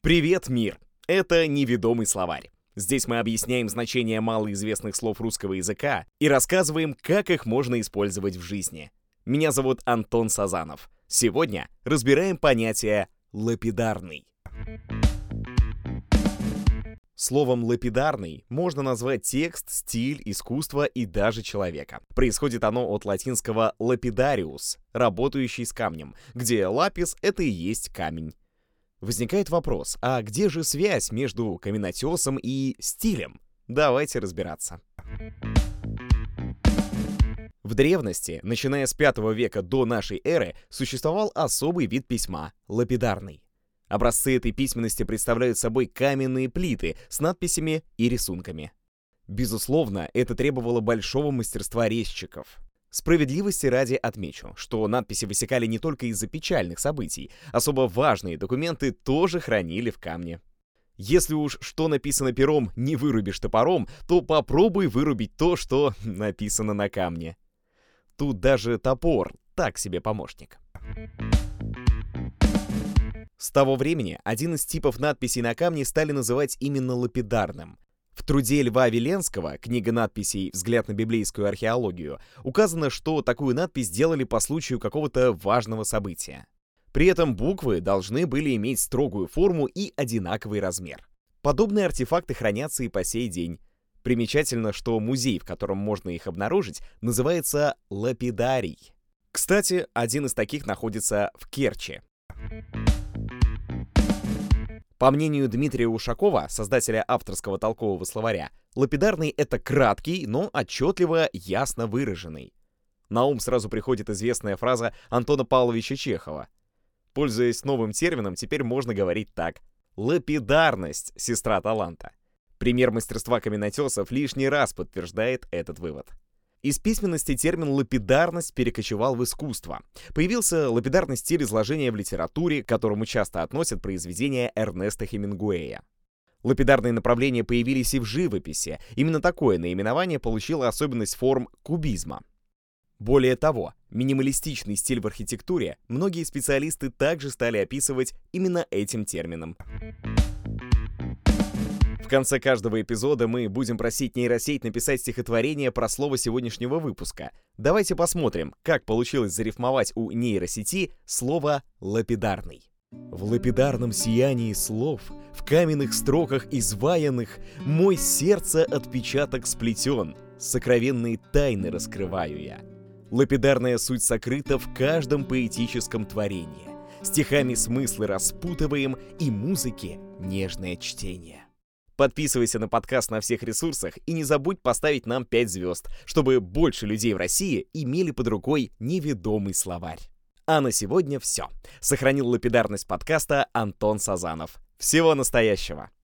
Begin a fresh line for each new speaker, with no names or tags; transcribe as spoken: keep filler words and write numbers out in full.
Привет, мир! Это неведомый словарь. Здесь мы объясняем значение малоизвестных слов русского языка и рассказываем, как их можно использовать в жизни. Меня зовут Антон Сазанов. Сегодня разбираем понятие «лапидарный». Словом «лапидарный» можно назвать текст, стиль, искусство и даже человека. Происходит оно от латинского «lapidarius» — работающий с камнем, где лапис — это и есть камень. Возникает вопрос, а где же связь между каменотесом и стилем? Давайте разбираться. В древности, начиная с пятого века до нашей эры, существовал особый вид письма — лапидарный. Образцы этой письменности представляют собой каменные плиты с надписями и рисунками. Безусловно, это требовало большого мастерства резчиков. Справедливости ради отмечу, что надписи высекали не только из-за печальных событий, особо важные документы тоже хранили в камне. Если уж что написано пером не вырубишь топором, то попробуй вырубить то, что написано на камне. Тут даже топор так себе помощник. С того времени один из типов надписей на камне стали называть именно лапидарным. В труде Льва Виленского, книга надписей «Взгляд на библейскую археологию», указано, что такую надпись делали по случаю какого-то важного события. При этом буквы должны были иметь строгую форму и одинаковый размер. Подобные артефакты хранятся и по сей день. Примечательно, что музей, в котором можно их обнаружить, называется «Лапидарий». Кстати, один из таких находится в Керчи. По мнению Дмитрия Ушакова, создателя авторского толкового словаря, лапидарный — это краткий, но отчетливо ясно выраженный. На ум сразу приходит известная фраза Антона Павловича Чехова. Пользуясь новым термином, теперь можно говорить так: лапидарность — сестра таланта. Пример мастерства каменотесов лишний раз подтверждает этот вывод. Из письменности термин «лапидарность» перекочевал в искусство. Появился лапидарный стиль изложения в литературе, к которому часто относят произведения Эрнеста Хемингуэя. Лапидарные направления появились и в живописи. Именно такое наименование получило особенность форм кубизма. Более того, минималистичный стиль в архитектуре многие специалисты также стали описывать именно этим термином. В конце каждого эпизода мы будем просить нейросеть написать стихотворение про слово сегодняшнего выпуска. Давайте посмотрим, как получилось зарифмовать у нейросети слово «лапидарный». В лапидарном сиянии слов, в каменных строках изваянных, мой сердце отпечаток сплетен, сокровенные тайны раскрываю я. Лапидарная суть сокрыта в каждом поэтическом творении. Стихами смыслы распутываем и музыке нежное чтение. Подписывайся на подкаст на всех ресурсах и не забудь поставить нам пять звезд, чтобы больше людей в России имели под рукой неведомый словарь. А на сегодня все. Сохранил лапидарность подкаста Антон Сазанов. Всего настоящего!